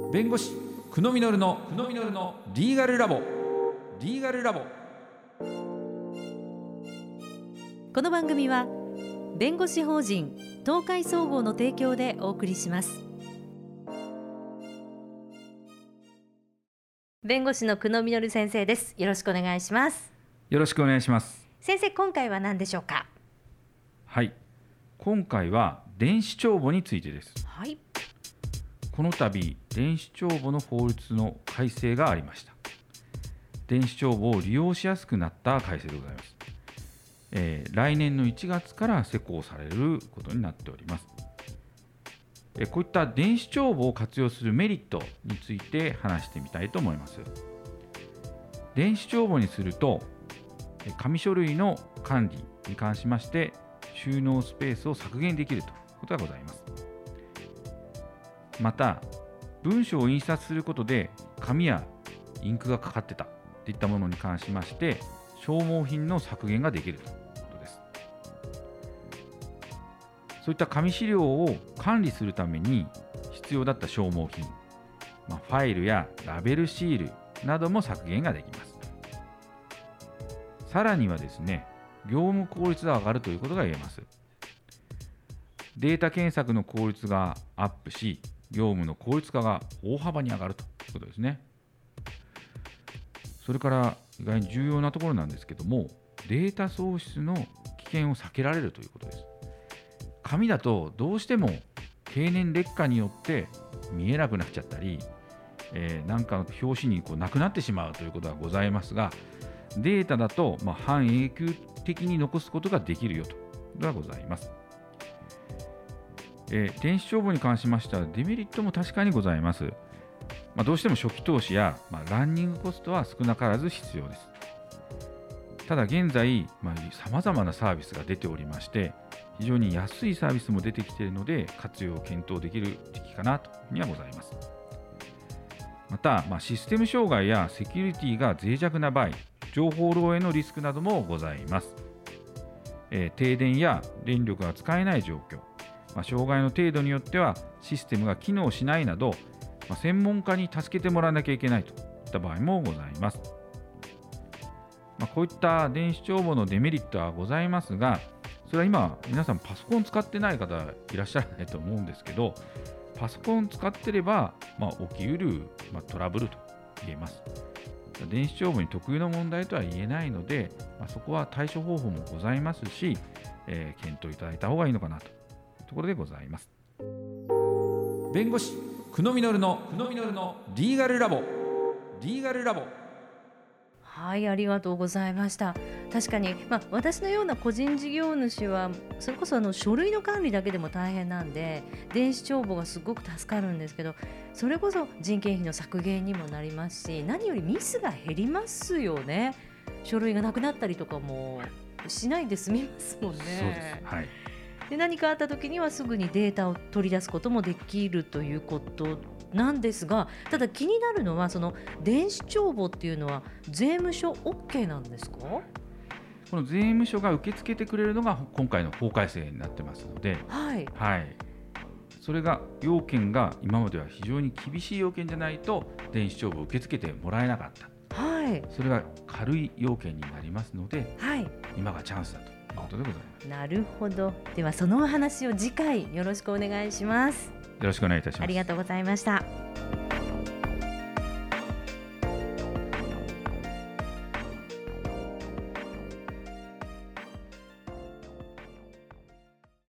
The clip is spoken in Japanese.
弁護士久野実のリーガルラボ。 この番組は弁護士法人東海総合の提供でお送りします。弁護士の久野実先生です。よろしくお願いします。 よろしくお願いします。 先生、今回は何でしょうか？ はい、今回は電子帳簿についてです。 はい、 この度電子帳簿の法律の改正がありました。電子帳簿を利用しやすくなった改正でございます。来年の1月から施行されることになっております。こういった電子帳簿を活用するメリットについて話してみたいと思います。電子帳簿にすると紙書類の管理に関しまして収納スペースを削減できるということがございます。また文書を印刷することで紙やインクがかかってたといったものに関しまして消耗品の削減ができるということです。そういった紙資料を管理するために必要だった消耗品、ファイルやラベルシールなども削減ができます。さらにはですね、業務効率が上がるということが言えます。データ検索の効率がアップし、業務の効率化が大幅に上がるということですね。それから意外に重要なところなんですけども、データ喪失の危険を避けられるということです。紙だとどうしても経年劣化によって見えなくなっちゃったり、なんかの表紙になくなってしまうということがございますが、データだと半永久的に残すことができるよということがございます。電子帳簿に関しましてはデメリットも確かにございます。どうしても初期投資や、ランニングコストは少なからず必要です。ただ現在、さまざまなサービスが出ておりまして、非常に安いサービスも出てきているので活用を検討できる時期かなというふうにはございます。また、システム障害やセキュリティが脆弱な場合、情報漏洩のリスクなどもございます。停電や電力が使えない状況、障害の程度によってはシステムが機能しないなど、専門家に助けてもらわなきゃいけないといった場合もございます。こういった電子帳簿のデメリットはございますが、それは今皆さんパソコン使ってない方いらっしゃらないと思うんですけど、パソコン使ってれば、起きうる、トラブルと言えます。電子帳簿に特有の問題とは言えないので、そこは対処方法もございますし、検討いただいた方がいいのかなというところでございます。弁護士久野実のリーガルラボ。 はい、ありがとうございました。確かに、私のような個人事業主はそれこそ書類の管理だけでも大変なんで電子帳簿がすごく助かるんですけど、それこそ人件費の削減にもなりますし、何よりミスが減りますよね。書類がなくなったりとかもしないで済みますもんね。 そうです、はい。 で、何かあった時にはすぐにデータを取り出すこともできるということなんですが、ただ気になるのはその電子帳簿っていうのは税務署 OK なんですか？ この税務署が受け付けてくれるのが今回の法改正になってますので、 はいはい、それが要件が今までは非常に厳しい要件じゃないと電子帳簿を受け付けてもらえなかった、 はい、 それが軽い要件になりますので、 はい、 今がチャンスだということでございます。 なるほど。ではそのお話を次回よろしくお願いします。 よろしくお願いいたします。 ありがとうございました。